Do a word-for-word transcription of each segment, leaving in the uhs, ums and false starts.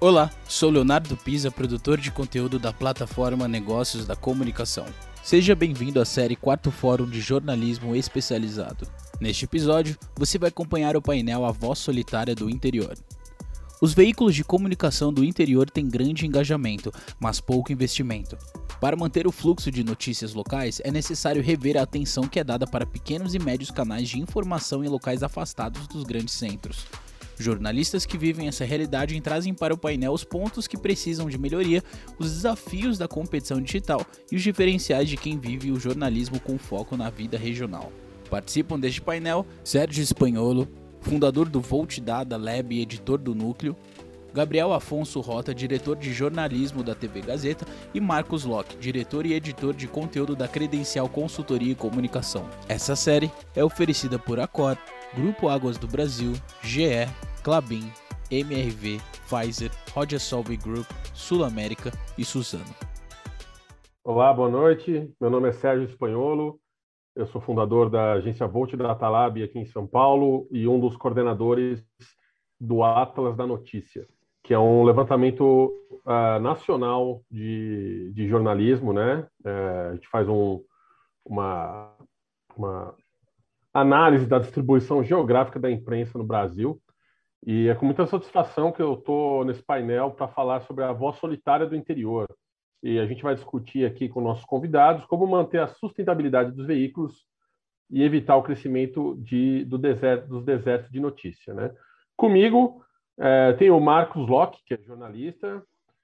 Olá, sou Leonardo Pisa, produtor de conteúdo da plataforma Negócios da Comunicação. Seja bem-vindo à série Quarto Fórum de Jornalismo Especializado. Neste episódio, você vai acompanhar o painel A Voz Solitária do Interior. Os veículos de comunicação do interior têm grande engajamento, mas pouco investimento. Para manter o fluxo de notícias locais, é necessário rever a atenção que é dada para pequenos e médios canais de informação em locais afastados dos grandes centros. Jornalistas que vivem essa realidade trazem para o painel os pontos que precisam de melhoria, os desafios da competição digital e os diferenciais de quem vive o jornalismo com foco na vida regional. Participam deste painel Sérgio Spanholo, fundador do Volt Data Lab e editor do Núcleo, Gabriel Afonso Rota, diretor de jornalismo da T V Gazeta, e Marcos Locke, diretor e editor de conteúdo da Credencial Consultoria e Comunicação. Essa série é oferecida por Accor, Grupo Águas do Brasil, G E, Klabin, M R V, Pfizer, Roger Solvay Group, Sul América e Suzano. Olá, boa noite. Meu nome é Sérgio Spanholo. Eu sou fundador da agência Volt Data Lab aqui em São Paulo e um dos coordenadores do Atlas da Notícia, que é um levantamento uh, nacional de, de jornalismo, né? Uh, a gente faz um, uma, uma análise da distribuição geográfica da imprensa no Brasil, e é com muita satisfação que eu estou nesse painel para falar sobre a voz solitária do interior. E a gente vai discutir aqui com nossos convidados como manter a sustentabilidade dos veículos e evitar o crescimento de, do deserto, dos desertos de notícia, né? Comigo é, tem o Marcos Locke, que é jornalista,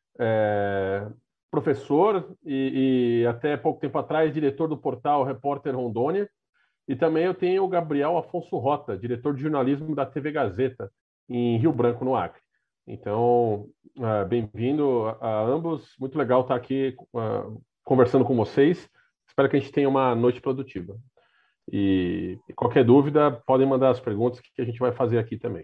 é, professor e, e até pouco tempo atrás diretor do portal Repórter Rondônia. E também eu tenho o Gabriel Afonso Rota, diretor de jornalismo da T V Gazeta, em Rio Branco, no Acre. Então, uh, bem-vindo a, a ambos. Muito legal estar aqui uh, conversando com vocês. Espero que a gente tenha uma noite produtiva. E, e qualquer dúvida, podem mandar as perguntas que a gente vai fazer aqui também.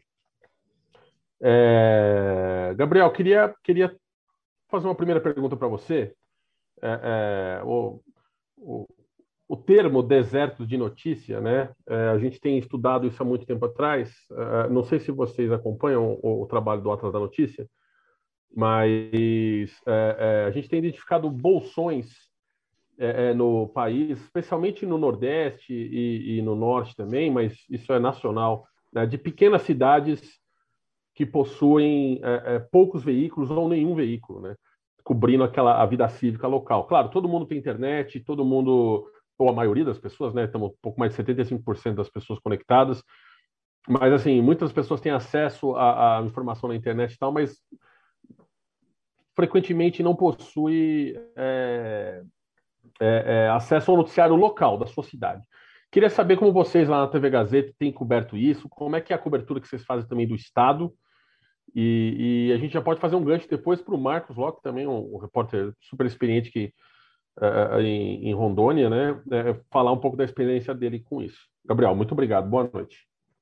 É, Gabriel, queria, queria fazer uma primeira pergunta para você. É, é, o, o, O termo deserto de notícia, né? É, a gente tem estudado isso há muito tempo atrás. É, não sei se vocês acompanham o, o trabalho do Atlas da Notícia, mas é, é, a gente tem identificado bolsões é, é, no país, especialmente no Nordeste e, e no Norte também, mas isso é nacional, né? De pequenas cidades que possuem é, é, poucos veículos ou nenhum veículo, né? Cobrindo aquela a vida cívica local. Claro, todo mundo tem internet, todo mundo, ou a maioria das pessoas, né? Estamos um pouco mais de setenta e cinco por cento das pessoas conectadas, mas assim, muitas pessoas têm acesso à, à informação na internet e tal, mas frequentemente não possui é, é, é, acesso ao noticiário local da sua cidade. Queria saber como vocês lá na T V Gazeta têm coberto isso, como é que é a cobertura que vocês fazem também do Estado, e, e a gente já pode fazer um gancho depois para o Marcos Locke, também um, um repórter super experiente que Uh, em, em Rondônia, né, uh, falar um pouco da experiência dele com isso. Gabriel, muito obrigado. Boa noite.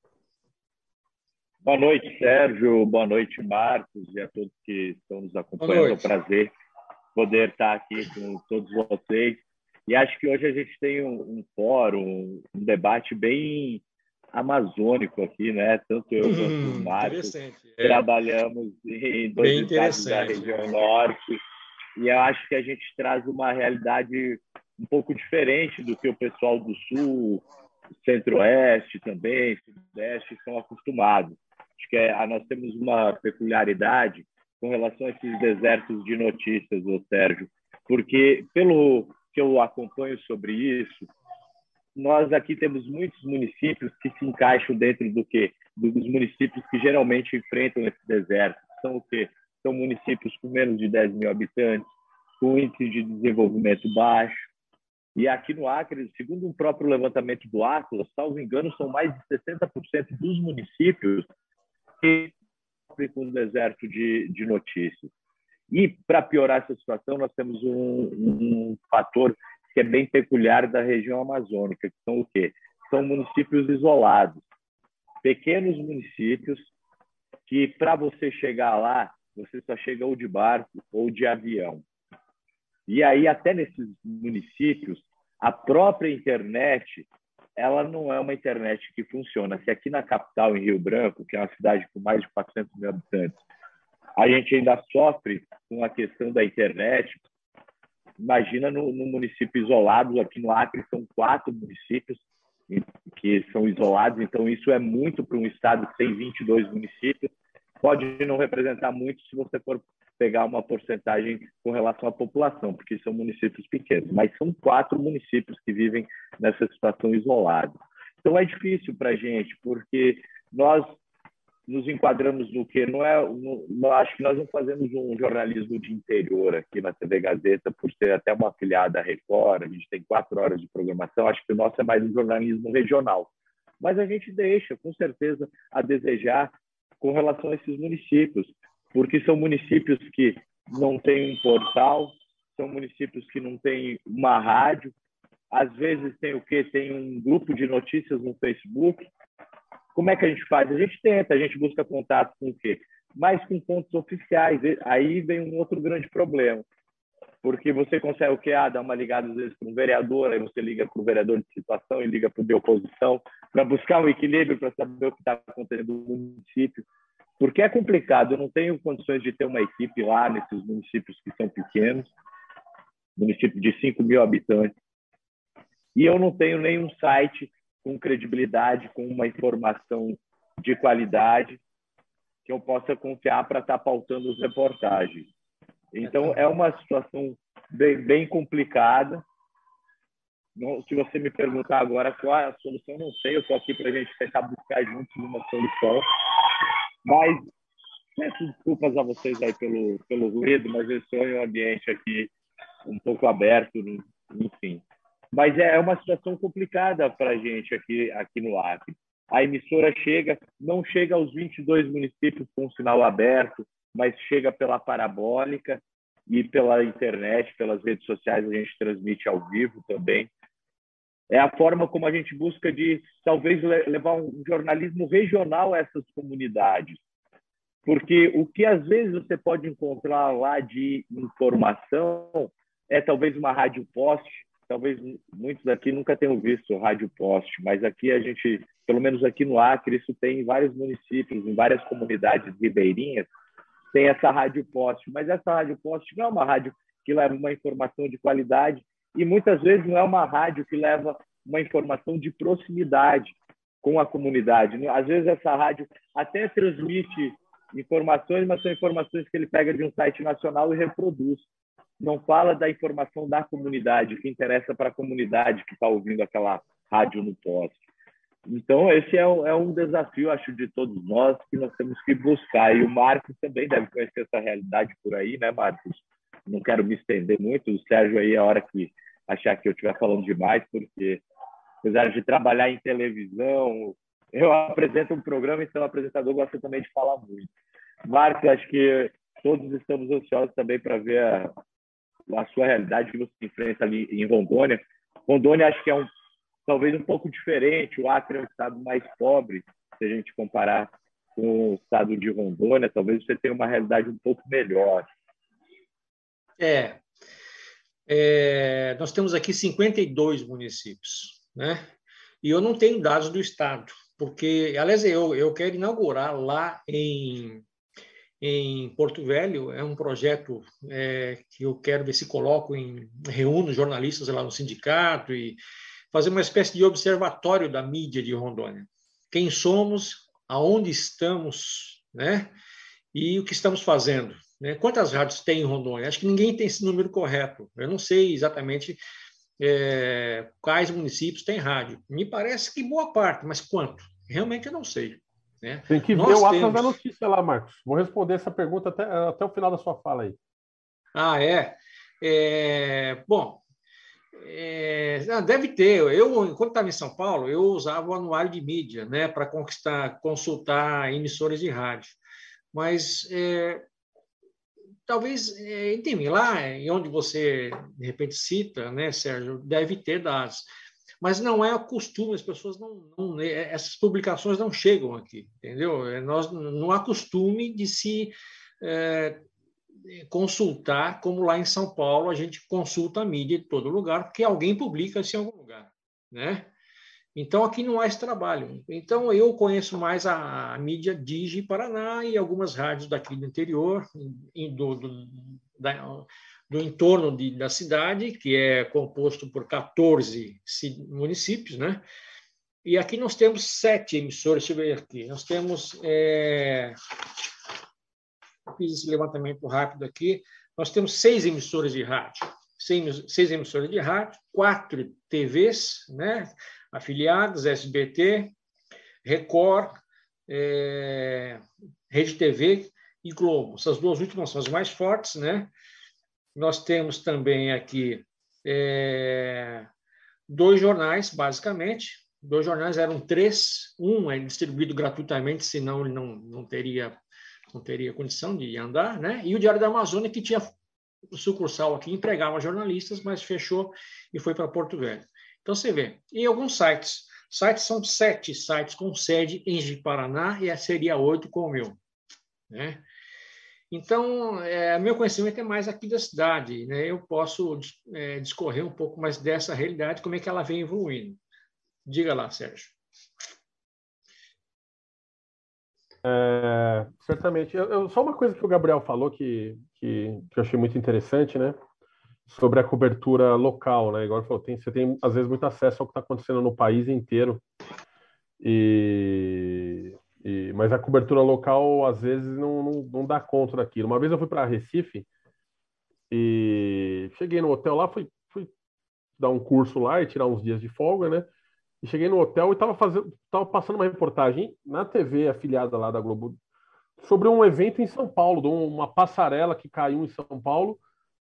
Boa noite, Sérgio. Boa noite, Marcos, e a todos que estão nos acompanhando. É um prazer poder estar aqui com todos vocês. E acho que hoje a gente tem um, um fórum, um debate bem amazônico aqui, né? Tanto eu quanto hum, o Marcos é. trabalhamos em dois estados da região norte. E eu acho que a gente traz uma realidade um pouco diferente do que o pessoal do Sul, Centro-Oeste também, Sudeste, estão acostumados. Acho que é, nós temos uma peculiaridade com relação a esses desertos de notícias, ô Sérgio, porque, pelo que eu acompanho sobre isso, nós aqui temos muitos municípios que se encaixam dentro do quê? Dos municípios que geralmente enfrentam esse deserto. São o quê? São municípios com menos de dez mil habitantes, com índice de desenvolvimento baixo. E aqui no Acre, segundo um próprio levantamento do Atlas, salvo engano, são mais de sessenta por cento dos municípios que sofrem com o deserto de, de notícias. E, para piorar essa situação, nós temos um, um fator que é bem peculiar da região amazônica, que são o quê? São municípios isolados, pequenos municípios que, para você chegar lá, você só chega ou de barco ou de avião. E aí, até nesses municípios, a própria internet, ela não é uma internet que funciona. Se aqui na capital, em Rio Branco, que é uma cidade com mais de quatrocentos mil habitantes, a gente ainda sofre com a questão da internet. Imagina no, no município isolado, aqui no Acre são quatro municípios que são isolados, então isso é muito para um estado que tem vinte e dois municípios. Pode não representar muito se você for pegar uma porcentagem com relação à população, porque são municípios pequenos, mas são quatro municípios que vivem nessa situação isolada. Então é difícil para a gente, porque nós nos enquadramos no que não é, no, não, acho que nós não fazemos um jornalismo de interior aqui na T V Gazeta, por ser até uma afiliada à Record, a gente tem quatro horas de programação, acho que o nosso é mais um jornalismo regional. Mas a gente deixa, com certeza, a desejar com relação a esses municípios, porque são municípios que não têm um portal, são municípios que não têm uma rádio, às vezes tem o quê? Tem um grupo de notícias no Facebook. Como é que a gente faz? A gente tenta, a gente busca contato com o quê? Mas com pontos oficiais. Aí vem um outro grande problema, porque você consegue o quê? Ah, dar uma ligada às vezes para um vereador, aí você liga para o vereador de situação e liga para o de oposição, para buscar um equilíbrio, para saber o que está acontecendo no município. Porque é complicado, eu não tenho condições de ter uma equipe lá nesses municípios que são pequenos, município de cinco mil habitantes, e eu não tenho nenhum site com credibilidade, com uma informação de qualidade que eu possa confiar para estar pautando as reportagens. Então, é uma situação bem, bem complicada. Não, se você me perguntar agora qual é a solução, não sei, eu estou aqui para a gente tentar buscar juntos uma solução. Mas peço desculpas a vocês aí pelo, pelo ruído, mas eu estou em um ambiente aqui um pouco aberto, enfim. Mas é uma situação complicada para a gente aqui, aqui no Acre. A emissora chega, não chega aos vinte e dois municípios com sinal aberto, mas chega pela parabólica e pela internet, pelas redes sociais, a gente transmite ao vivo também. É a forma como a gente busca de, talvez, levar um jornalismo regional a essas comunidades. Porque o que, às vezes, você pode encontrar lá de informação é, talvez, uma rádio poste. Talvez muitos aqui nunca tenham visto rádio poste, mas aqui a gente, pelo menos aqui no Acre, isso tem em vários municípios, em várias comunidades ribeirinhas, tem essa rádio poste. Mas essa rádio poste não é uma rádio que leva uma informação de qualidade, e muitas vezes não é uma rádio que leva uma informação de proximidade com a comunidade. Às vezes essa rádio até transmite informações, mas são informações que ele pega de um site nacional e reproduz. Não fala da informação da comunidade, que interessa para a comunidade que está ouvindo aquela rádio no poste. Então, esse é um, é um desafio, acho, de todos nós, que nós temos que buscar. E o Marcos também deve conhecer essa realidade por aí, né, Marcos? Não quero me estender muito. O Sérgio aí, a hora que achar que eu estiver falando demais, porque apesar de trabalhar em televisão, eu apresento um programa, então o apresentador gosta também de falar muito. Marcos, acho que todos estamos ansiosos também para ver a, a sua realidade que você enfrenta ali em Rondônia. Rondônia acho que é um, talvez um pouco diferente, o Acre é um estado mais pobre, se a gente comparar com o estado de Rondônia, talvez você tenha uma realidade um pouco melhor. É, é, nós temos aqui cinquenta e dois municípios, né? E eu não tenho dados do estado, porque, aliás, eu, eu quero inaugurar lá em, em Porto Velho, é um projeto é, que eu quero ver se coloco em, reúno jornalistas lá no sindicato e fazer uma espécie de observatório da mídia de Rondônia. Quem somos, aonde estamos, né? E o que estamos fazendo. Né? Quantas rádios tem em Rondônia? Acho que ninguém tem esse número correto. Eu não sei exatamente é, quais municípios têm rádio. Me parece que boa parte, mas quanto? Realmente eu não sei. Né? Tem que Nós ver o Atlas temos... da notícia lá, Marcos. Vou responder essa pergunta até, até o final da sua fala aí. Ah, é? é... Bom, é... deve ter. Eu, enquanto estava em São Paulo, eu usava o anuário de mídia, né, para conquistar, consultar emissoras de rádio. Mas... É... Talvez, enfim, lá em onde você, de repente, cita, né, Sérgio, deve ter dados. Mas não é o costume, as pessoas não, não... Essas publicações não chegam aqui, entendeu? Nós, não há costume de se é, consultar, como lá em São Paulo, a gente consulta a mídia de todo lugar, porque alguém publica isso em algum lugar, né? Então, aqui não há esse trabalho. Então, eu conheço mais a, a mídia Digi Paraná e algumas rádios daqui do interior, do, do, da, do entorno de, da cidade, que é composto por quatorze municípios, né? E aqui nós temos sete emissoras. Deixa eu ver aqui. Nós temos... É... Fiz esse levantamento rápido aqui. Nós temos seis emissoras de rádio. Seis, seis emissoras de rádio, quatro T Vs, né? Afiliadas, S B T, Record, é... Rede T V e Globo. Essas duas últimas são as mais fortes, né? Nós temos também aqui é... dois jornais, basicamente. Dois jornais eram três, um é distribuído gratuitamente, senão ele não, não, teria, não teria condição de andar, né? E o Diário da Amazônia, que tinha sucursal aqui, empregava jornalistas, mas fechou e foi para Porto Velho. Então, você vê. E alguns sites. Sites são sete sites com sede em Ji-Paraná e seria oito com o meu, né? Então, é, meu conhecimento é mais aqui da cidade, né? Eu posso é, discorrer um pouco mais dessa realidade, como é que ela vem evoluindo. Diga lá, Sérgio. É, certamente. Eu, eu, só uma coisa que o Gabriel falou que, que, que eu achei muito interessante, né? Sobre a cobertura local, né? Igual ele falou, tem, você tem, às vezes, muito acesso ao que está acontecendo no país inteiro. E, e, mas a cobertura local, às vezes, não, não, não dá conta daquilo. Uma vez eu fui para Recife e cheguei no hotel lá, fui, fui dar um curso lá e tirar uns dias de folga, né? E cheguei no hotel e estava fazendo, tava passando uma reportagem na T V afiliada lá da Globo sobre um evento em São Paulo, de uma passarela que caiu em São Paulo.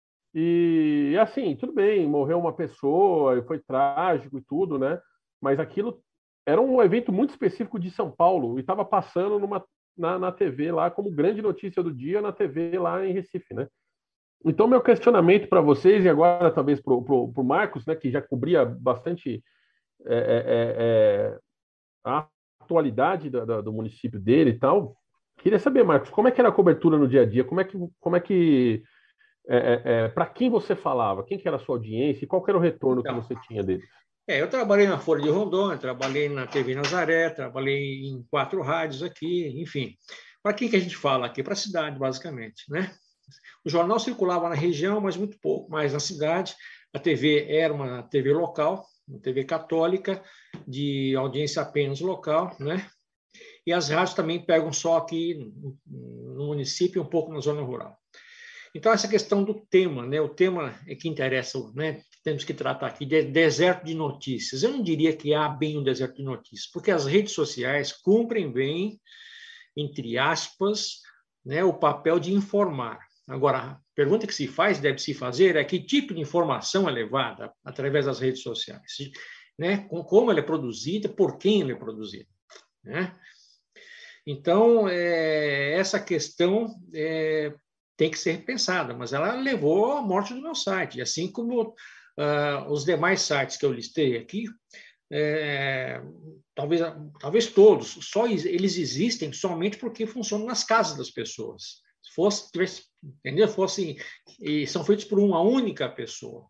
E assim, tudo bem, morreu uma pessoa, foi trágico e tudo, né? Mas aquilo era um evento muito específico de São Paulo e estava passando numa, na, na T V lá como grande notícia do dia na T V lá em Recife, né? Então, meu questionamento para vocês, e agora talvez para o Marcos, né, que já cobria bastante É, é, é, a atualidade do, do, do município dele e tal. Queria saber, Marcos, como é que era a cobertura no dia a dia? Como é que, como é que é, é, para quem você falava? Quem que era a sua audiência e qual que era o retorno então, que você tinha deles? É, eu trabalhei na Folha de Rondônia, trabalhei na T V Nazaré, trabalhei em quatro rádios aqui, enfim. Para quem que a gente fala aqui? Para a cidade, basicamente, né? O jornal circulava na região, mas muito pouco, mas na cidade. A T V era uma T V local, uma T V católica, de audiência apenas local, né? E as rádios também pegam só aqui no município e um pouco na zona rural. Então, essa questão do tema, né? O tema é que interessa, né? Temos que tratar aqui de deserto de notícias. Eu não diria que há bem um deserto de notícias, porque as redes sociais cumprem bem, entre aspas, né, o papel de informar. Agora, a pergunta que se faz, deve se fazer, é que tipo de informação é levada através das redes sociais, né? Como ela é produzida, por quem ela é produzida, né? Então, é, essa questão é, tem que ser pensada, mas ela levou à morte do meu site, assim como uh, os demais sites que eu listei aqui, é, talvez, talvez todos, só eles existem somente porque funcionam nas casas das pessoas. Se fosse, tivesse, entendeu? Fosse, e são feitos por uma única pessoa.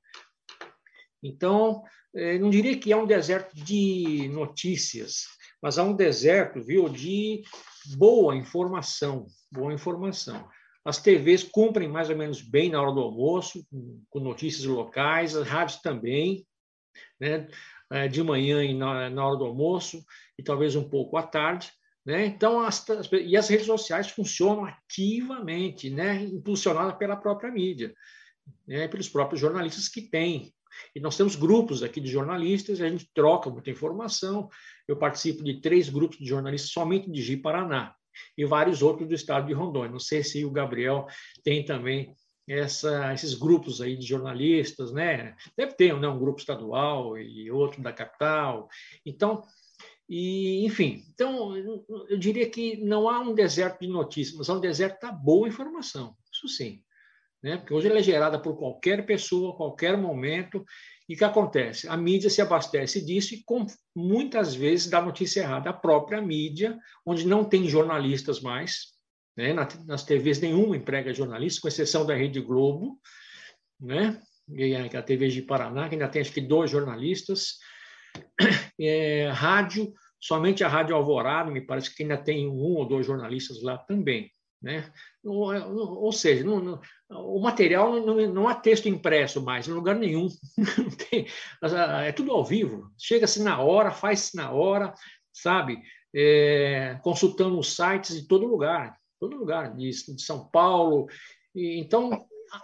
Então, não diria que há um deserto de notícias, mas há um deserto, viu, de boa informação, boa informação. As T Vs cumprem mais ou menos bem na hora do almoço, com notícias locais, as rádios também, né, de manhã e na, na hora do almoço, e talvez um pouco à tarde. Né? Então, as, as, e as redes sociais funcionam ativamente, né? Impulsionadas pela própria mídia, né? Pelos próprios jornalistas que têm. E nós temos grupos aqui de jornalistas, a gente troca muita informação. Eu participo de três grupos de jornalistas somente de Ji-Paraná e vários outros do estado de Rondônia. Não sei se o Gabriel tem também essa, esses grupos aí de jornalistas, né? Deve ter, né? Um grupo estadual e outro da capital. Então, E, enfim, então, eu diria que não há um deserto de notícias, mas há um deserto da boa informação, isso sim. Né? Porque hoje ela é gerada por qualquer pessoa, qualquer momento, e o que acontece? A mídia se abastece disso e, com, muitas vezes, dá notícia errada. A própria mídia, onde não tem jornalistas mais, né? Nas T Vs nenhuma emprega jornalistas, com exceção da Rede Globo, né? E a T V Ji-Paraná, que ainda tem, acho que, dois jornalistas. É, rádio, somente a Rádio Alvorada, me parece que ainda tem um ou dois jornalistas lá também, né? Ou seja, não, não, o material não, não há texto impresso mais, em lugar nenhum. Não tem, é tudo ao vivo. Chega-se na hora, faz-se na hora, sabe? É, consultando os sites de todo lugar, todo lugar, de, de São Paulo. E, então,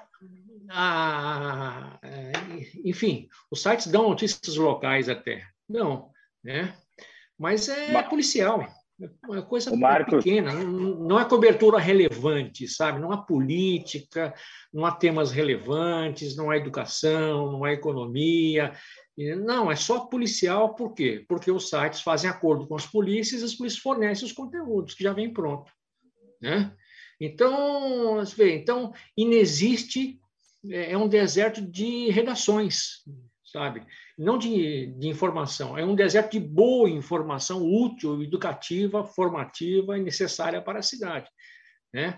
a, a, enfim, os sites dão notícias locais até. Não, né? Mas é policial. É uma coisa pequena, não é cobertura relevante, sabe? Não há política, não há temas relevantes, não há educação, não há economia. Não, é só policial, por quê? Porque os sites fazem acordo com as polícias e as polícias fornecem os conteúdos que já vêm pronto, né? Então, você vê, então, inexiste, é um deserto de redações, sabe? Não de, de informação, é um deserto de boa informação útil, educativa, formativa e necessária para a cidade, né?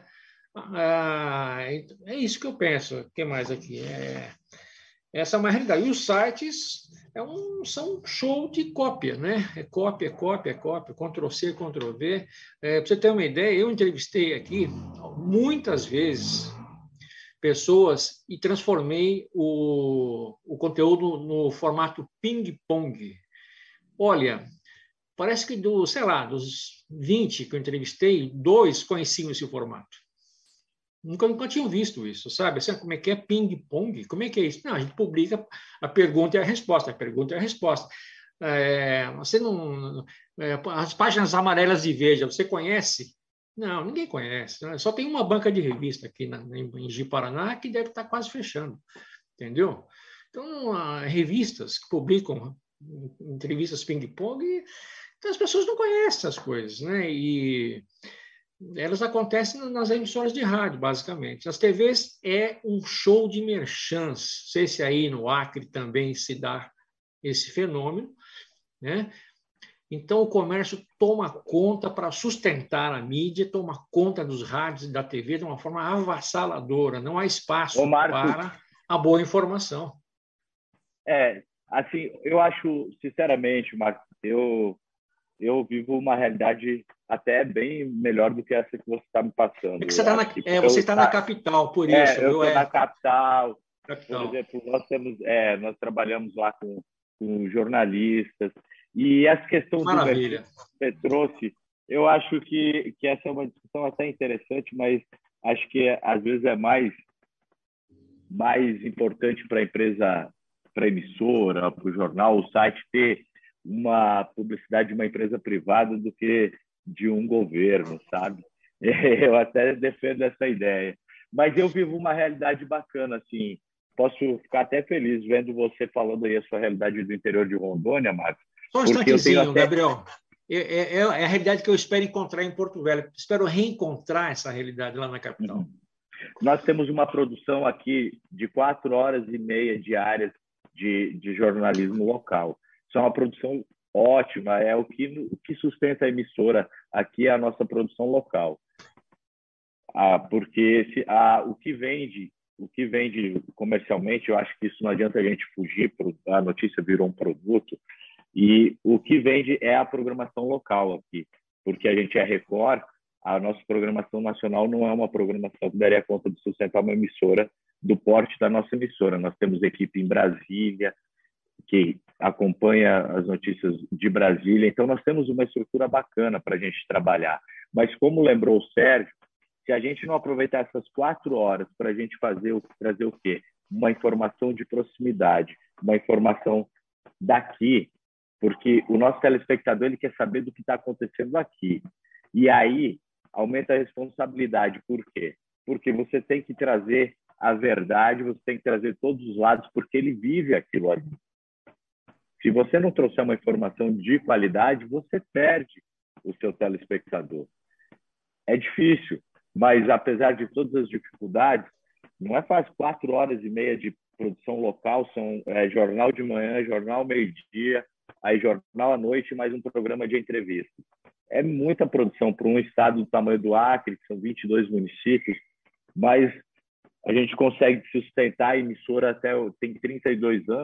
Ah, é isso que eu penso. O que mais aqui? É, essa é uma realidade. E os sites é um, são um show de cópia, né? É cópia, cópia, cópia, Ctrl-C, Ctrl-V. É, para você ter uma ideia, eu entrevistei aqui muitas vezes pessoas e transformei o, o conteúdo no formato ping-pong. Olha, parece que, do, sei lá, dos vinte que eu entrevistei, dois conheciam esse formato. Nunca, nunca tinham visto isso, sabe? Assim, como é que é ping-pong? Como é que é isso? Não, a gente publica a pergunta e a resposta, a pergunta e a resposta. É, você não, é, as páginas amarelas e veja, você conhece? Não, ninguém conhece. Né? Só tem uma banca de revista aqui na, em Ji-Paraná que deve estar quase fechando, entendeu? Então, revistas que publicam entrevistas ping-pong, então as pessoas não conhecem essas coisas, né? E elas acontecem nas emissoras de rádio, basicamente. As T Vs é um show de merchans. Não sei se aí no Acre também se dá esse fenômeno, né? Então, o comércio toma conta para sustentar a mídia, toma conta dos rádios e da T V de uma forma avassaladora. Não há espaço Ô, Marcos, para a boa informação. É, assim, eu acho, sinceramente, Marcos, eu, eu vivo uma realidade até bem melhor do que essa que você está me passando. É que você está na, é, você está na capital, por é, isso. Eu estou é. na capital. capital. Por exemplo, nós, temos, é, nós trabalhamos lá com, com jornalistas. E essa questão Maravilha. do que você trouxe, eu acho que, que essa é uma discussão até interessante, mas acho que às vezes é mais, mais importante para a empresa, para a emissora, para o jornal, o site ter uma publicidade de uma empresa privada do que de um governo, sabe? Eu até defendo essa ideia. Mas eu vivo uma realidade bacana, assim. Posso ficar até feliz vendo você falando aí a sua realidade do interior de Rondônia, Marcos. Só um instantezinho, até... Gabriel. É, é, é a realidade que eu espero encontrar em Porto Velho. Espero reencontrar essa realidade lá na capital. Uhum. Nós temos uma produção aqui de quatro horas e meia diárias de, de jornalismo local. Isso é uma produção ótima, é o que, o que sustenta a emissora aqui, é a nossa produção local. Ah, porque se, ah, o que vende, o que vende comercialmente, eu acho que isso não adianta a gente fugir, a notícia virou um produto, e o que vende é a programação local aqui, porque a gente é Record, a nossa programação nacional não é uma programação que daria conta de sustentar uma emissora do porte da nossa emissora. Nós temos equipe em Brasília, que acompanha as notícias de Brasília, então nós temos uma estrutura bacana para a gente trabalhar. Mas como lembrou o Sérgio, se a gente não aproveitar essas quatro horas para a gente fazer o, trazer o quê? Uma informação de proximidade, uma informação daqui, porque o nosso telespectador ele quer saber do que está acontecendo aqui. E aí aumenta a responsabilidade. Por quê? Porque você tem que trazer a verdade, você tem que trazer todos os lados, porque ele vive aquilo ali. Se você não trouxer uma informação de qualidade, você perde o seu telespectador. É difícil, mas apesar de todas as dificuldades, não é fácil. Quatro horas e meia de produção local, são é, jornal de manhã, jornal meio-dia, aí jornal à noite, mais um programa de entrevista. É muita produção para um estado do tamanho do Acre, que são vinte e dois municípios, mas a gente consegue sustentar a emissora até tem trinta e dois anos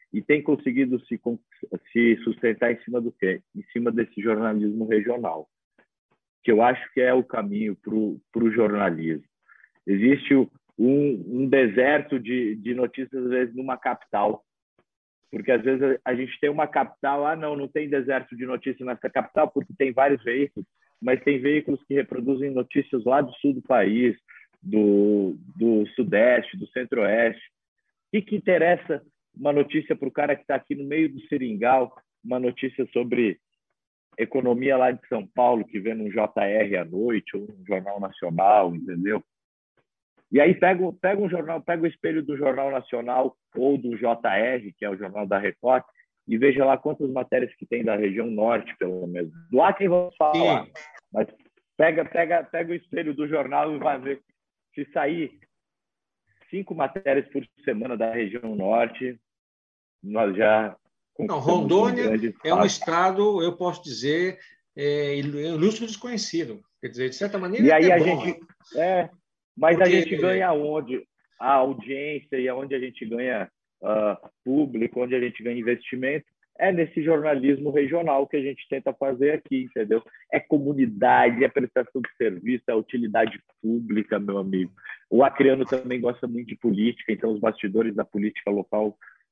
e tem conseguido se, se sustentar em cima do quê? Em cima desse jornalismo regional, que eu acho que é o caminho para o jornalismo. Existe um, um deserto de, de notícias, às vezes, numa capital, porque às vezes a, a gente tem uma capital, ah, não, não tem deserto de notícias nessa capital, porque tem vários veículos, mas tem veículos que reproduzem notícias lá do sul do país, do, do sudeste, do centro-oeste. O que, que interessa uma notícia para o cara que está aqui no meio do seringal, uma notícia sobre economia lá de São Paulo, que vê num J R à noite, ou num Jornal Nacional, entendeu? E aí pega, pega um jornal, pega o espelho do Jornal Nacional ou do J R, que é o jornal da Record, e veja lá quantas matérias que tem da região norte, pelo menos. Do Acre vamos falar, Sim. mas pega, pega, pega o espelho do jornal e vai ver. Se sair cinco matérias por semana da região norte, nós já... Não, Rondônia um é um estado, eu posso dizer, é, ilustre desconhecido. Quer dizer, de certa maneira, e aí é a bom. gente é, mas Porque... a gente ganha onde? A audiência e aonde a gente ganha uh, público, onde a gente ganha investimento, é nesse jornalismo regional que a gente tenta fazer aqui, entendeu? É comunidade, é prestação de serviço, é utilidade pública, meu amigo. O acreano também gosta muito de política, então os bastidores da política local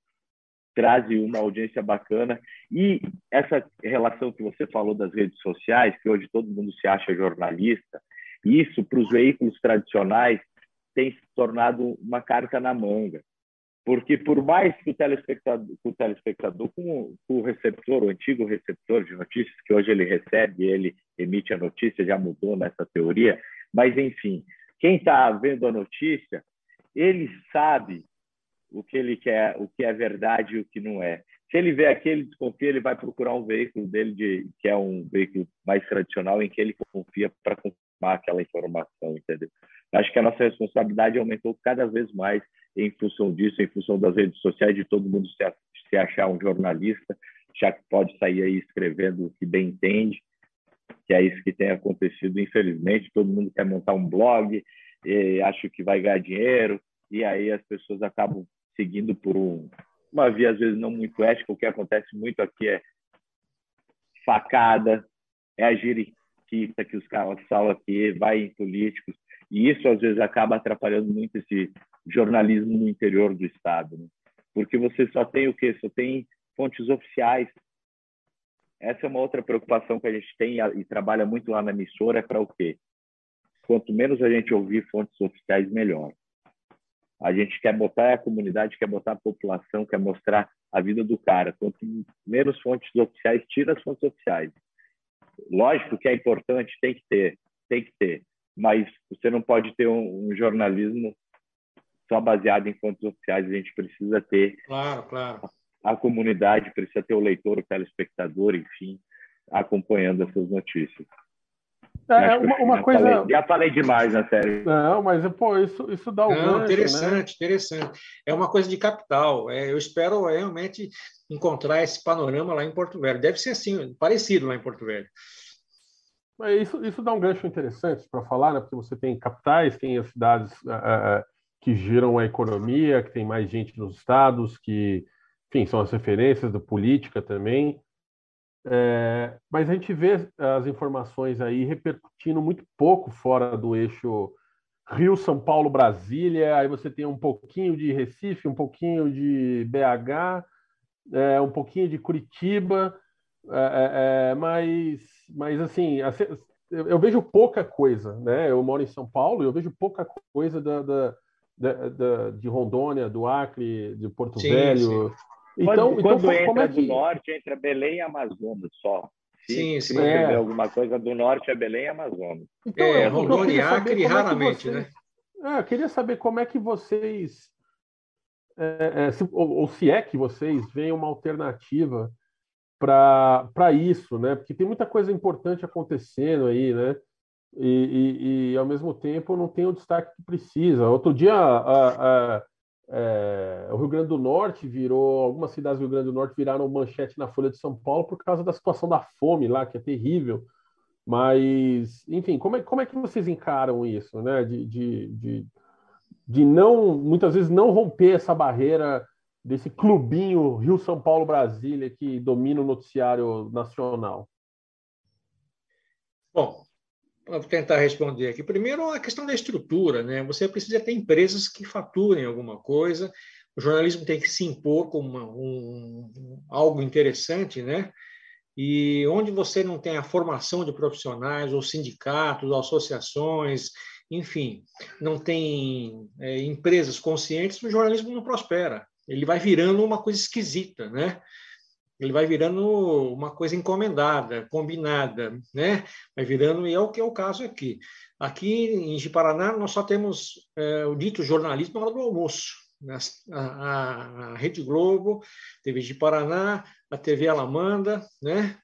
trazem uma audiência bacana. E essa relação que você falou das redes sociais, que hoje todo mundo se acha jornalista, isso para os veículos tradicionais tem se tornado uma carta na manga. Porque por mais que o telespectador, o telespectador com o receptor, o antigo receptor de notícias, que hoje ele recebe, ele emite a notícia, já mudou nessa teoria, mas enfim, quem está vendo a notícia, ele sabe o que ele quer, o que é verdade e o que não é. Se ele vê aquele, desconfia, ele vai procurar um veículo dele, de, que é um veículo mais tradicional, em que ele confia para confirmar aquela informação, entendeu? Acho que a nossa responsabilidade aumentou cada vez mais em função disso, em função das redes sociais, de todo mundo se, se achar um jornalista, já que pode sair aí escrevendo o que bem entende, que é isso que tem acontecido, infelizmente. Todo mundo quer montar um blog, e acha que vai ganhar dinheiro, e aí as pessoas acabam seguindo por um, uma via, às vezes, não muito ética. O que acontece muito aqui é facada, é a jiriquita que os caras falam aqui, vai em políticos, e isso, às vezes, acaba atrapalhando muito esse jornalismo no interior do Estado, né? Porque você só tem o quê? Só tem fontes oficiais. Essa é uma outra preocupação que a gente tem e trabalha muito lá na emissora, é para o quê? Quanto menos a gente ouvir fontes oficiais, melhor. A gente quer botar a comunidade, quer botar a população, quer mostrar a vida do cara. Quanto menos fontes oficiais, tira as fontes oficiais. Lógico que é importante, tem que ter, tem que ter. Mas você não pode ter um, um jornalismo só baseado em fontes oficiais. A gente precisa ter claro, claro. A, a comunidade, precisa ter o leitor, o telespectador, enfim, acompanhando essas notícias. É, uma, uma já coisa... Falei, já falei demais na série. Não, mas pô, isso, isso dá o Não, gancho, interessante, né? interessante. É uma coisa de capital. É, eu espero realmente encontrar esse panorama lá em Porto Velho. Deve ser assim, parecido lá em Porto Velho. Isso, isso dá um gancho interessante para falar, né? Porque você tem capitais, tem as cidades uh, que giram a economia, que tem mais gente nos estados, que, enfim, são as referências da política também. É, mas a gente vê as informações aí repercutindo muito pouco fora do eixo Rio, São Paulo, Brasília. Aí você tem um pouquinho de Recife, um pouquinho de B H, é, um pouquinho de Curitiba, é, é, mas, mas assim, eu, eu vejo pouca coisa, né? Eu moro em São Paulo e eu vejo pouca coisa da, da, da, da, de Rondônia, do Acre, de Porto sim, Velho. Sim. Então, quando, então, quando como entra é que... do norte, entra Belém e Amazonas só. Se, sim, se sim. você É. vê alguma coisa do norte, é Belém e Amazonas. Então, é, eu, Rondônia e Acre, como raramente, é que vocês... né? É, eu queria saber como é que vocês, é, é, se, ou, ou se é que vocês veem uma alternativa para isso, né? Porque tem muita coisa importante acontecendo aí, né? E, e, e ao mesmo tempo não tem o destaque que precisa. Outro dia a, a, É, o Rio Grande do Norte virou, algumas cidades do Rio Grande do Norte viraram manchete na Folha de São Paulo por causa da situação da fome lá, que é terrível. Mas, enfim, como é, como é que vocês encaram isso, né? De, de, de, de não, muitas vezes, não romper essa barreira desse clubinho Rio, São Paulo, Brasília que domina o noticiário nacional? Bom, vou tentar responder aqui. Primeiro, a questão da estrutura, né? Você precisa ter empresas que faturem alguma coisa. O jornalismo tem que se impor como uma, um, algo interessante, né? E onde você não tem a formação de profissionais, ou sindicatos, ou associações, enfim, não tem é, empresas conscientes, o jornalismo não prospera. Ele vai virando uma coisa esquisita, né? Ele vai virando uma coisa encomendada, combinada, né? Vai virando, e é o que é o caso aqui. Aqui em Ji-Paraná, nós só temos é, o dito jornalismo na hora do almoço. A, a, a Rede Globo, T V Ji-Paraná, a T V Alamanda, né?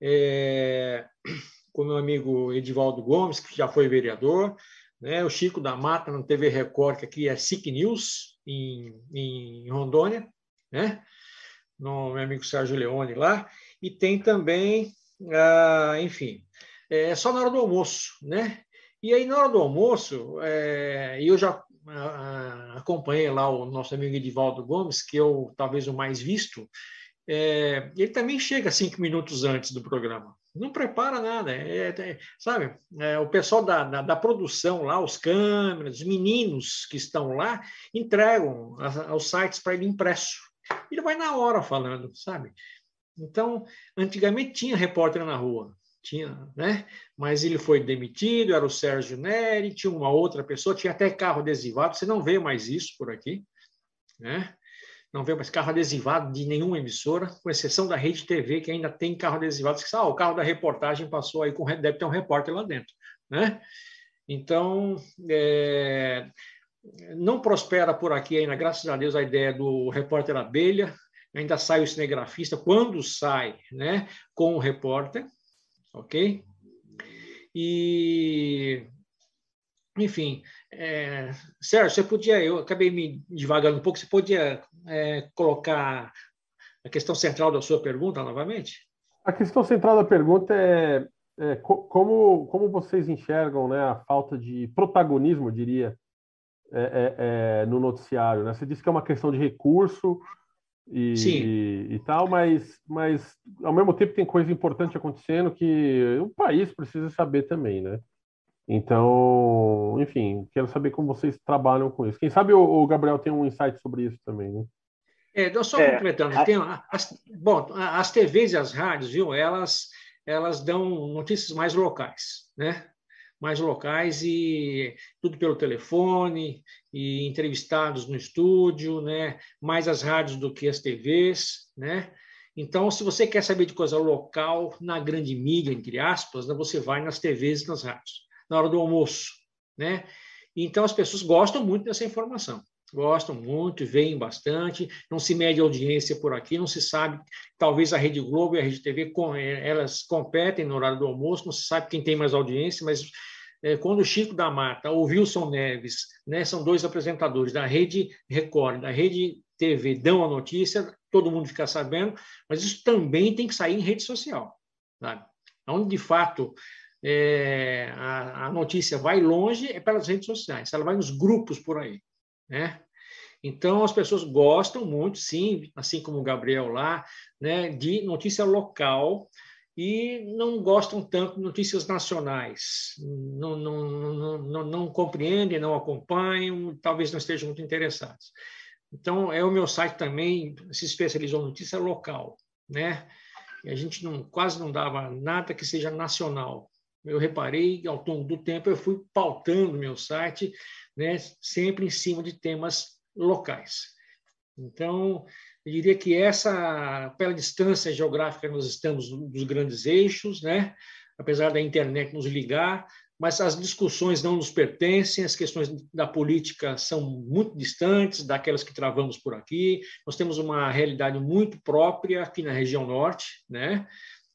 É, com meu amigo Edivaldo Gomes, que já foi vereador, né? O Chico da Mata na T V Record, que aqui é S I C News, em, em Rondônia, né? No meu amigo Sérgio Leone lá, e tem também, ah, enfim, é só na hora do almoço, né? E aí, na hora do almoço, é, eu já ah, acompanhei lá o nosso amigo Edivaldo Gomes, que é o, talvez o mais visto, é, ele também chega cinco minutos antes do programa. Não prepara nada, é, é, sabe? É, o pessoal da, da, da produção lá, os câmeras, os meninos que estão lá, entregam aos sites para ele impresso. Ele vai na hora falando, sabe? Então, antigamente tinha repórter na rua, tinha, né? Mas ele foi demitido, era o Sérgio Neri, tinha uma outra pessoa, tinha até carro adesivado, você não vê mais isso por aqui, né? Não vê mais carro adesivado de nenhuma emissora, com exceção da Rede T V, que ainda tem carro adesivado. Você sabe, ah, o carro da reportagem passou aí, com, deve ter um repórter lá dentro, né? Então, é, não prospera por aqui ainda, graças a Deus, a ideia do repórter abelha. Ainda sai o cinegrafista, quando sai, né, com o repórter, ok? E, enfim, é, Sérgio, você podia, eu acabei me divagando um pouco, você podia é, colocar a questão central da sua pergunta novamente? A questão central da pergunta é, é co como, como vocês enxergam, né, a falta de protagonismo, eu diria, é, é, é, no noticiário, né? Você disse que é uma questão de recurso e, e, e tal, mas, mas ao mesmo tempo tem coisa importante acontecendo que o país precisa saber também, né? Então, enfim, quero saber como vocês trabalham com isso. Quem sabe o, o Gabriel tem um insight sobre isso também, né? É, só é, completando, a... tem, as, bom, as T Vs e as rádios, viu, elas, elas dão notícias mais locais, né? mais locais e tudo pelo telefone e entrevistados no estúdio, né? Mais as rádios do que as T Vs, né? Então, se você quer saber de coisa local, na grande mídia, entre aspas, né, você vai nas T Vs e nas rádios, na hora do almoço, né? Então, as pessoas gostam muito dessa informação. Gostam muito, veem bastante, não se mede audiência por aqui, não se sabe, talvez a Rede Globo e a Rede T V, elas competem no horário do almoço, não se sabe quem tem mais audiência, mas é, quando o Chico da Mata ou o Wilson Neves, né, são dois apresentadores da Rede Record, da Rede T V, dão a notícia, todo mundo fica sabendo, mas isso também tem que sair em rede social, sabe? Onde, de fato, é, a, a notícia vai longe é pelas redes sociais, ela vai nos grupos por aí, né? Então, as pessoas gostam muito, sim, assim como o Gabriel lá, né, de notícia local e não gostam tanto de notícias nacionais. Não, não, não, não, não compreendem, não acompanham, talvez não estejam muito interessados. Então, é o meu site também se especializou em notícia local, né? E a gente não, quase não dava nada que seja nacional. Eu reparei, ao longo do tempo, eu fui pautando meu site, né, sempre em cima de temas locais. Então, eu diria que essa, pela distância geográfica, nós estamos nos grandes eixos, né? Apesar da internet nos ligar, mas as discussões não nos pertencem, as questões da política são muito distantes daquelas que travamos por aqui. Nós temos uma realidade muito própria aqui na região norte, né?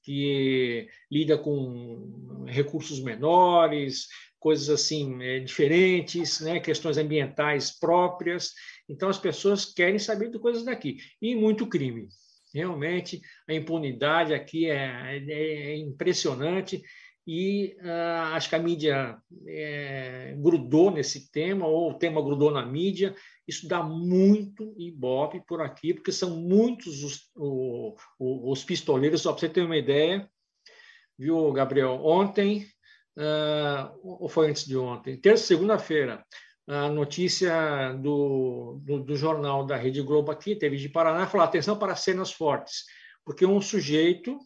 Que lida com recursos menores, coisas assim é, diferentes, né? Questões ambientais próprias. Então, as pessoas querem saber de coisas daqui. E muito crime. Realmente, a impunidade aqui é, é, é impressionante e ah, acho que a mídia é, grudou nesse tema, ou o tema grudou na mídia, Isso dá muito ibope por aqui, porque são muitos os, os, os pistoleiros, só para você ter uma ideia, viu, Gabriel? Ontem, uh, ou foi antes de ontem? Terça, segunda-feira, a notícia do, do, do jornal da Rede Globo aqui, teve de Paraná, falou: atenção para cenas fortes, porque um sujeito,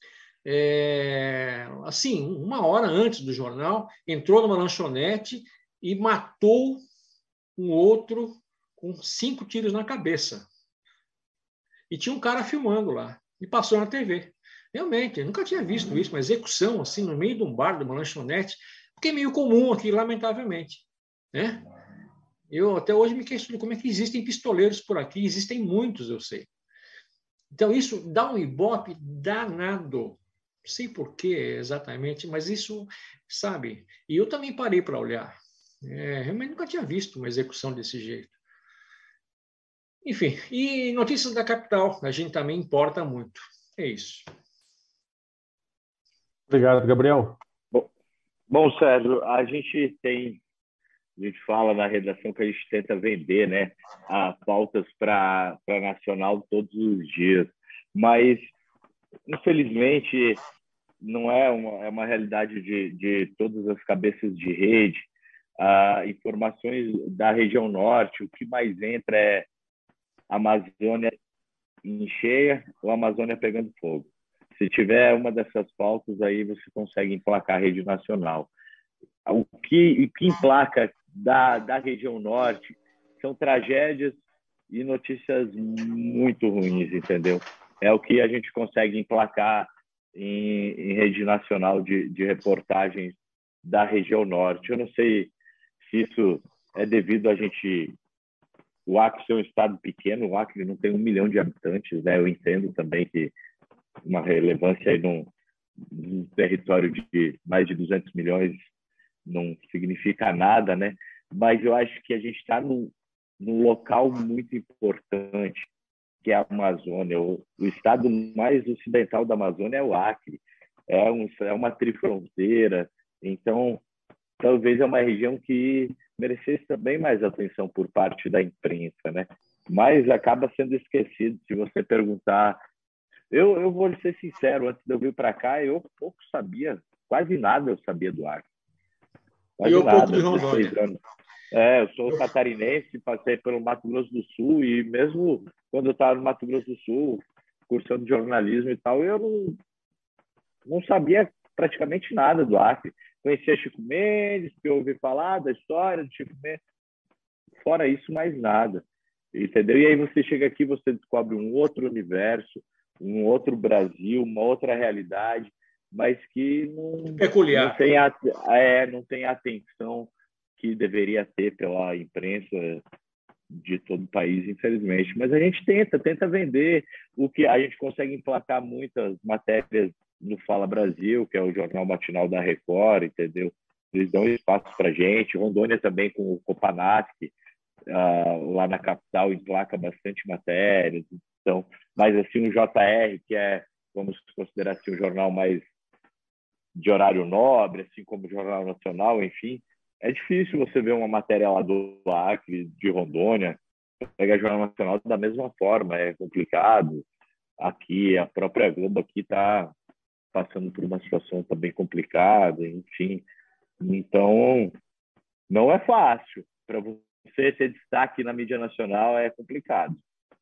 é, assim, uma hora antes do jornal, entrou numa lanchonete e matou um outro com cinco tiros na cabeça. E tinha um cara filmando lá, e passou na T V. Realmente, eu nunca tinha visto isso, uma execução assim no meio de um bar, de uma lanchonete, porque é meio comum aqui, lamentavelmente, né? Eu até hoje me questiono como é que existem pistoleiros por aqui, existem muitos, eu sei. Então, isso dá um ibope danado. Não sei por que exatamente, mas isso, sabe? E eu também parei para olhar. É, realmente nunca tinha visto uma execução desse jeito. Enfim, e notícias da capital, a gente também importa muito. É isso. Obrigado, Gabriel. Bom, bom, Sérgio, a gente tem, a gente fala na redação que a gente tenta vender, né, a pautas para a Nacional todos os dias, mas, infelizmente, não é uma, é uma realidade de, de todas as cabeças de rede. Ah, informações da região norte, o que mais entra é Amazônia em cheia ou Amazônia pegando fogo. Se tiver uma dessas pautas, aí você consegue emplacar a rede nacional. O que, o que emplaca da, da região norte são tragédias e notícias muito ruins, entendeu? É o que a gente consegue emplacar em, em rede nacional de, de reportagens da região norte. Eu não sei se isso é devido a gente... O Acre ser um estado pequeno, o Acre não tem um milhão de habitantes, né? Eu entendo também que uma relevância aí num, num território de mais de duzentos milhões não significa nada, né? Mas eu acho que a gente está num, num local muito importante, que é a Amazônia. O, o estado mais ocidental da Amazônia é o Acre. É, um, é uma trifronteira. Então, talvez é uma região que merecesse também mais atenção por parte da imprensa, né? Mas acaba sendo esquecido. Se você perguntar... Eu, eu vou ser sincero, antes de eu vir para cá, eu pouco sabia, quase nada eu sabia do Acre. Quase e eu nada, pouco de Rondônia. anos. É, eu sou catarinense, passei pelo Mato Grosso do Sul, e mesmo quando eu estava no Mato Grosso do Sul, cursando jornalismo e tal, eu não, não sabia praticamente nada do Acre. Conhecia Chico Mendes, que eu ouvi falar da história do Chico Mendes. Fora isso, mais nada. Entendeu? E aí você chega aqui, você descobre um outro universo, um outro Brasil, uma outra realidade, mas que não, Peculiar. não, tem, a, é, não tem a atenção que deveria ter pela imprensa de todo o país, infelizmente. Mas a gente tenta, tenta vender o que a gente consegue emplacar muitas matérias no Fala Brasil, que é o jornal matinal da Record, entendeu? Eles dão espaço para a gente. Rondônia também com o Copanasc, uh, lá na capital, emplaca bastante matérias. Então, mas assim, o J R, que é, vamos considerar assim, um jornal mais de horário nobre, assim como o Jornal Nacional, enfim, é difícil você ver uma matéria lá do Acre, de Rondônia, pegar o Jornal Nacional da mesma forma, é complicado. Aqui, a própria Globo aqui está passando por uma situação também complicada, enfim. Então, não é fácil. Para você ter destaque na mídia nacional é complicado.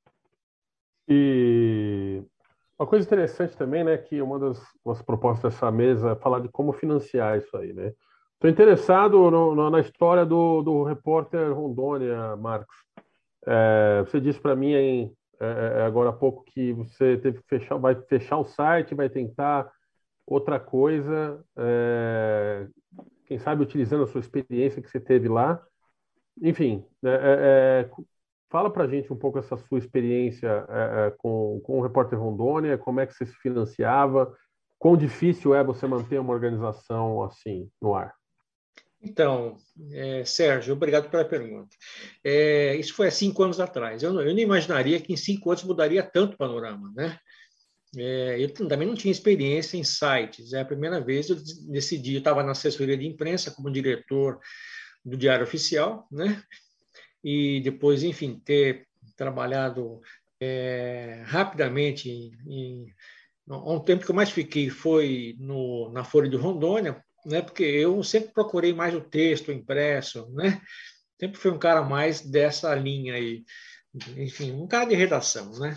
E uma coisa interessante também, né, que uma das, das propostas dessa mesa é falar de como financiar isso aí, né? Estou interessado no, no, na história do, do repórter Rondônia, Marcos. É, você disse para mim em, é, agora há pouco que você teve que fechar, vai fechar o site, vai tentar outra coisa, é, quem sabe utilizando a sua experiência que você teve lá. Enfim, é, é, fala para a gente um pouco essa sua experiência é, com, com o Repórter Rondônia, como é que você se financiava, quão difícil é você manter uma organização assim no ar? Então, é, Sérgio, obrigado pela pergunta. É, isso foi há cinco anos atrás. Eu não, eu não imaginaria que em cinco anos mudaria tanto o panorama, né? É, eu também não tinha experiência em sites. É a primeira vez eu decidi, eu estava na assessoria de imprensa como diretor do Diário Oficial, né? e depois, enfim, ter trabalhado é, rapidamente em, em um tempo que eu mais fiquei foi no, na Folha de Rondônia, né? Porque eu sempre procurei mais o texto, o impresso, né? Sempre fui um cara mais dessa linha aí, enfim, um cara de redação, né?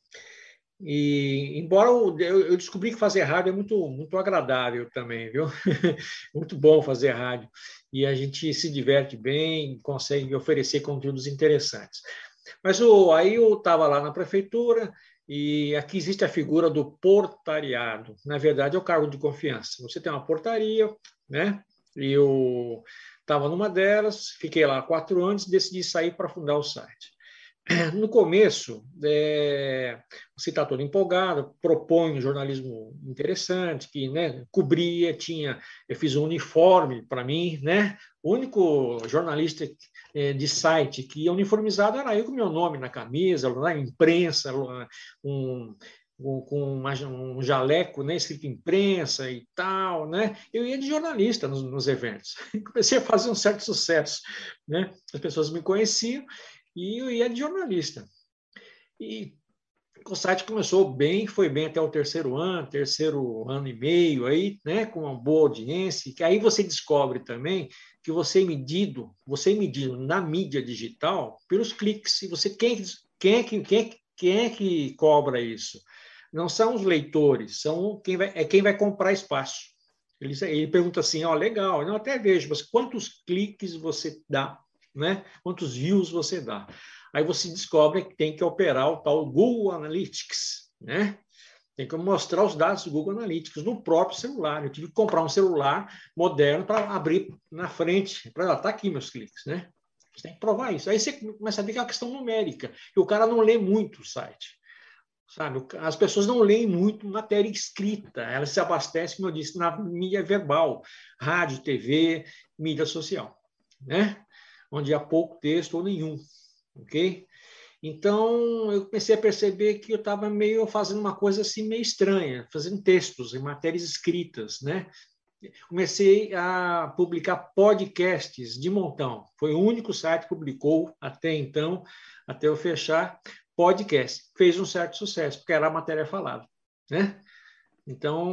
E embora eu, eu descobri que fazer rádio é muito muito agradável também, viu? Muito bom fazer rádio e a gente se diverte bem, consegue oferecer conteúdos interessantes. Mas o, aí eu estava lá na prefeitura e aqui existe a figura do portariado. Na verdade, é o cargo de confiança. Você tem uma portaria, né? E eu estava numa delas, fiquei lá quatro anos e decidi sair para fundar o site. No começo, é, você está todo empolgado, propõe um jornalismo interessante, que, né, cobria, tinha, eu fiz um uniforme para mim, né? O único jornalista é, de site que ia uniformizado era eu com meu nome na camisa, na imprensa, um, um, com uma, um jaleco, né, escrito imprensa e tal, né? Eu ia de jornalista nos, nos eventos. Comecei a fazer um certo sucesso, né? As pessoas me conheciam e eu ia de jornalista. E o site começou bem, foi bem até o terceiro ano, terceiro ano e meio, aí, né, com uma boa audiência, que aí você descobre também que você é medido, você é medido na mídia digital pelos cliques. E você, quem, quem, é que, quem, é, quem é que cobra isso? Não são os leitores, são quem vai, é quem vai comprar espaço. Ele, ele pergunta assim, ó, legal, eu até vejo, mas quantos cliques você dá? Né? Quantos views você dá? Aí você descobre que tem que operar o tal Google Analytics, né? Tem que mostrar os dados do Google Analytics no próprio celular. Eu tive que comprar um celular moderno para abrir na frente, para estar aqui meus cliques, né? Você tem que provar isso. Aí você começa a ver que é uma questão numérica, que o cara não lê muito o site. Sabe? As pessoas não leem muito matéria escrita, elas se abastecem, como eu disse, na mídia verbal, rádio, T V, mídia social, né? Onde há pouco texto ou nenhum, ok? Então, eu comecei a perceber que eu estava meio fazendo uma coisa assim meio estranha, fazendo textos em matérias escritas, né? Comecei a publicar podcasts de montão. Foi o único site que publicou até então, até eu fechar, podcast. Fez um certo sucesso, porque era a matéria falada, né? Então,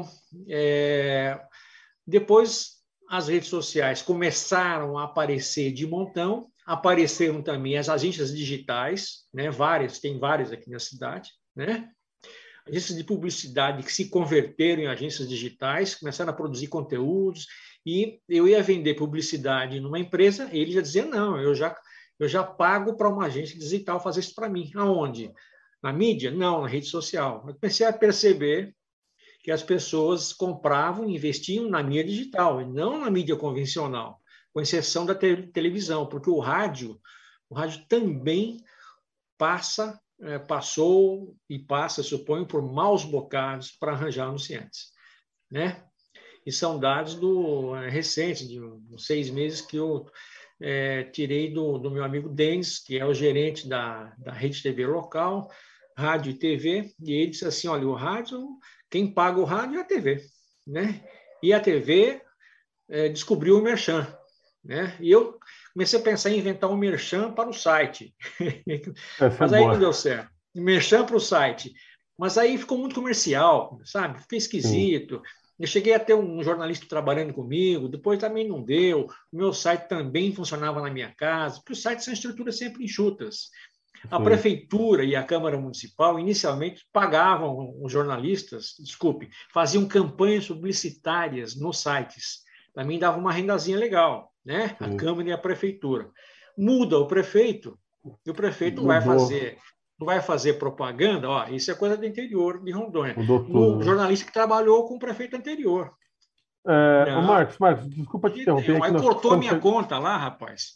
é... depois as redes sociais começaram a aparecer de montão, apareceram também as agências digitais, né? Várias, tem várias aqui na cidade, né? Agências de publicidade que se converteram em agências digitais, começaram a produzir conteúdos, e eu ia vender publicidade numa empresa, e ele já dizia, não, eu já, eu já pago para uma agência digital fazer isso para mim. Aonde? Na mídia? Não, na rede social. Eu comecei a perceber que as pessoas compravam e investiam na mídia digital, e não na mídia convencional, com exceção da te- televisão, porque o rádio, o rádio também passa, é, passou e passa, suponho, por maus bocados para arranjar anunciantes, né? E são dados do, é, recentes, de uns seis meses que eu é, tirei do, do meu amigo Denis, que é o gerente da, da Rede T V local, rádio e T V, e ele disse assim, olha, o rádio, quem paga o rádio é a T V, né? E a T V é, descobriu o merchan, né? E eu comecei a pensar em inventar um merchan para o site. Mas aí não deu certo. Merchan para o site. Mas aí ficou muito comercial, sabe? Ficou esquisito. Sim. Eu cheguei a ter um jornalista trabalhando comigo, depois também não deu. O meu site também funcionava na minha casa, porque os sites são estruturas sempre enxutas. A Sim. prefeitura e a Câmara Municipal inicialmente pagavam os jornalistas, desculpe, faziam campanhas publicitárias nos sites. Para mim dava uma rendazinha legal, né? Sim. A Câmara e a prefeitura. Muda o prefeito, e o prefeito não vai fazer, não vai fazer propaganda, ó, isso é coisa do interior de Rondônia. O jornalista que trabalhou com o prefeito anterior. É, ô Marcos, Marcos, desculpa te interromper. Aí cortou a minha conta lá, rapaz.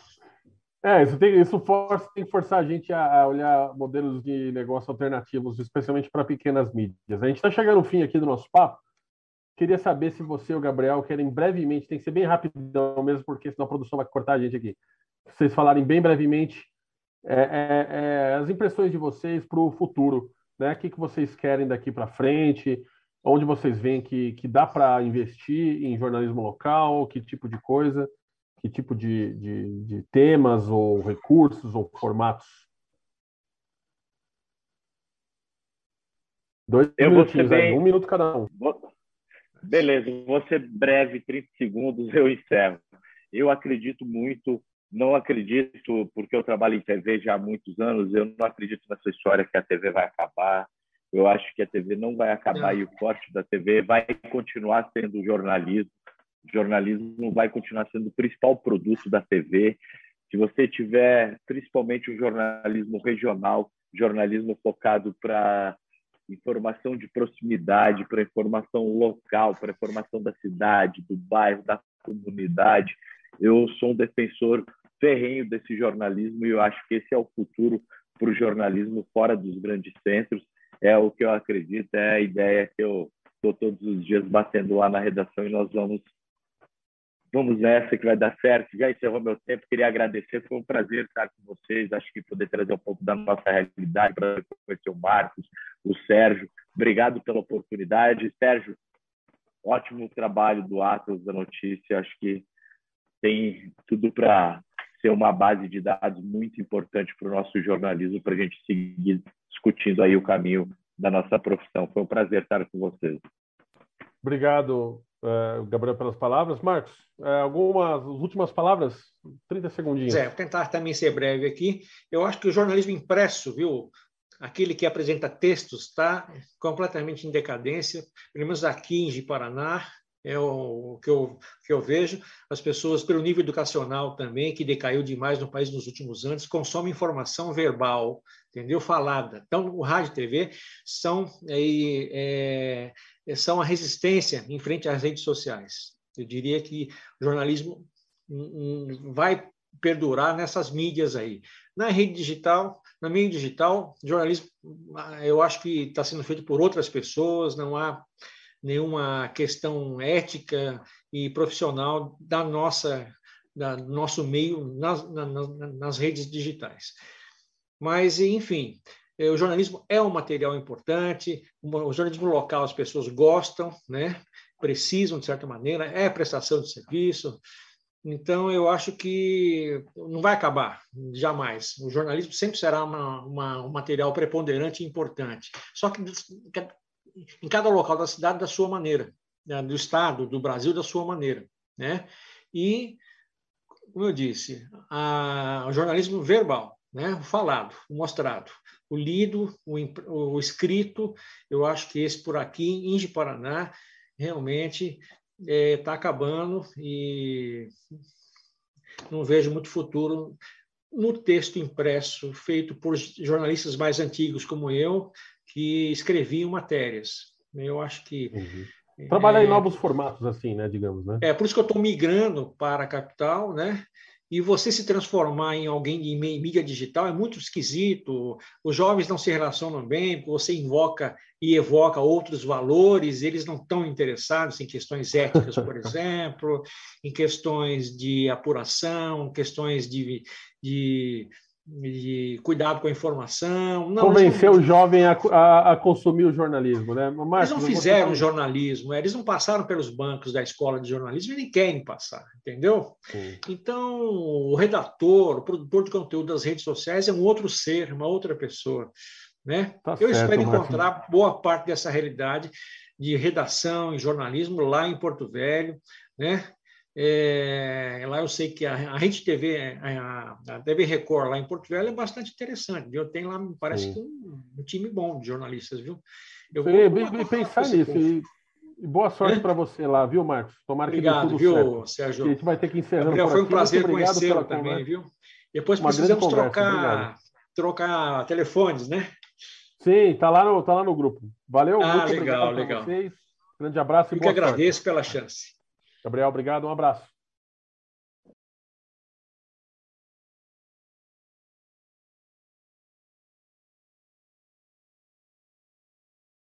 É, isso, tem, isso força, tem que forçar a gente a, a olhar modelos de negócio alternativos, especialmente para pequenas mídias. A gente está chegando no fim aqui do nosso papo. Queria saber se você e o Gabriel querem brevemente, tem que ser bem rapidão mesmo, porque senão a produção vai cortar a gente aqui. Vocês falarem bem brevemente é, é, é, as impressões de vocês para o futuro, né? O que, que vocês querem daqui para frente, onde vocês veem que, que dá para investir em jornalismo local, que tipo de coisa. Que tipo de, de, de temas ou recursos ou formatos? Dois Eu vou ser minutinhos bem... aí, um minuto cada um. Beleza, vou ser breve, trinta segundos, eu encerro. Eu acredito muito, não acredito, porque eu trabalho em T V já há muitos anos, eu não acredito nessa história que a T V vai acabar. Eu acho que a T V não vai acabar não. E o forte da T V vai continuar sendo o jornalismo. O jornalismo vai continuar sendo o principal produto da T V. Se você tiver, principalmente, o jornalismo regional, jornalismo focado para informação de proximidade, para informação local, para informação da cidade, do bairro, da comunidade. Eu sou um defensor ferrenho desse jornalismo e eu acho que esse é o futuro para o jornalismo fora dos grandes centros. É o que eu acredito, é a ideia que eu estou todos os dias batendo lá na redação e nós vamos Vamos nessa que vai dar certo. Já encerrou meu tempo. Queria agradecer. Foi um prazer estar com vocês. Acho que poder trazer um pouco da nossa realidade para conhecer o Marcos, o Sérgio. Obrigado pela oportunidade. Sérgio, ótimo trabalho do Atlas da Notícia. Acho que tem tudo para ser uma base de dados muito importante para o nosso jornalismo, para a gente seguir discutindo aí o caminho da nossa profissão. Foi um prazer estar com vocês. Obrigado, Uh, Gabriel, pelas palavras. Marcos, uh, algumas últimas palavras? trinta segundinhos. É, vou tentar também ser breve aqui. Eu acho que o jornalismo impresso, viu, aquele que apresenta textos, está completamente em decadência, pelo menos aqui em Ji-Paraná, é o que eu, que eu vejo. As pessoas, pelo nível educacional também, que decaiu demais no país nos últimos anos, consomem informação verbal, entendeu? Falada. Então, o rádio e T V são... É, é, são a resistência em frente às redes sociais. Eu diria que o jornalismo vai perdurar nessas mídias aí. Na rede digital, na mídia digital, jornalismo, eu acho que está sendo feito por outras pessoas, não há nenhuma questão ética e profissional da nossa, da, do nosso meio nas, na, nas redes digitais. Mas, enfim... O jornalismo é um material importante, o jornalismo local as pessoas gostam, né? Precisam, de certa maneira, é prestação de serviço. Então, eu acho que não vai acabar, jamais. O jornalismo sempre será uma, uma, um material preponderante e importante. Só que em cada local da cidade, da sua maneira, né? Do estado, do Brasil, da sua maneira, né? E, como eu disse, a, o jornalismo verbal, né? O falado, o mostrado, o lido, o, o escrito, eu acho que esse por aqui, em Ji-Paraná, realmente está é, acabando e não vejo muito futuro no texto impresso feito por jornalistas mais antigos como eu, que escreviam matérias. Eu acho que... Uhum. Trabalhar é, em novos formatos, assim, né, digamos, né? É por isso que eu estou migrando para a capital, né? E você se transformar em alguém de mídia digital é muito esquisito. Os jovens não se relacionam bem, porque você invoca e evoca outros valores, eles não estão interessados em questões éticas, por exemplo, em questões de apuração, questões de, de, de cuidado com a informação. Não, convencer não... o jovem a, a, a consumir o jornalismo, né? Marcos, eles não fizeram vou... jornalismo, eles não passaram pelos bancos da escola de jornalismo e nem querem passar, entendeu? Sim. Então, o redator, o produtor de conteúdo das redes sociais é um outro ser, uma outra pessoa, né? Tá Eu certo, espero encontrar Marcos. Boa parte dessa realidade de redação e jornalismo lá em Porto Velho, né? É, lá eu sei que a, a Rede T V, a, a T V Record lá em Porto Velho é bastante interessante, viu? Tem lá, me parece que um, um time bom de jornalistas, viu? Eu vou, e, pensar nisso, e, e boa sorte para você lá, viu, Marcos? Tomara obrigado, que dê tudo viu, certo. Sérgio? A gente vai ter que encerrar. Gabriel, foi um prazer conhecê-lo também, conversa. Viu? Depois Uma precisamos trocar, trocar telefones, né? Sim, tá lá no, tá lá no grupo. Valeu, ah, muito legal, obrigado legal. vocês. Grande abraço e Eu boa que agradeço sorte. pela chance. Gabriel, obrigado, um abraço.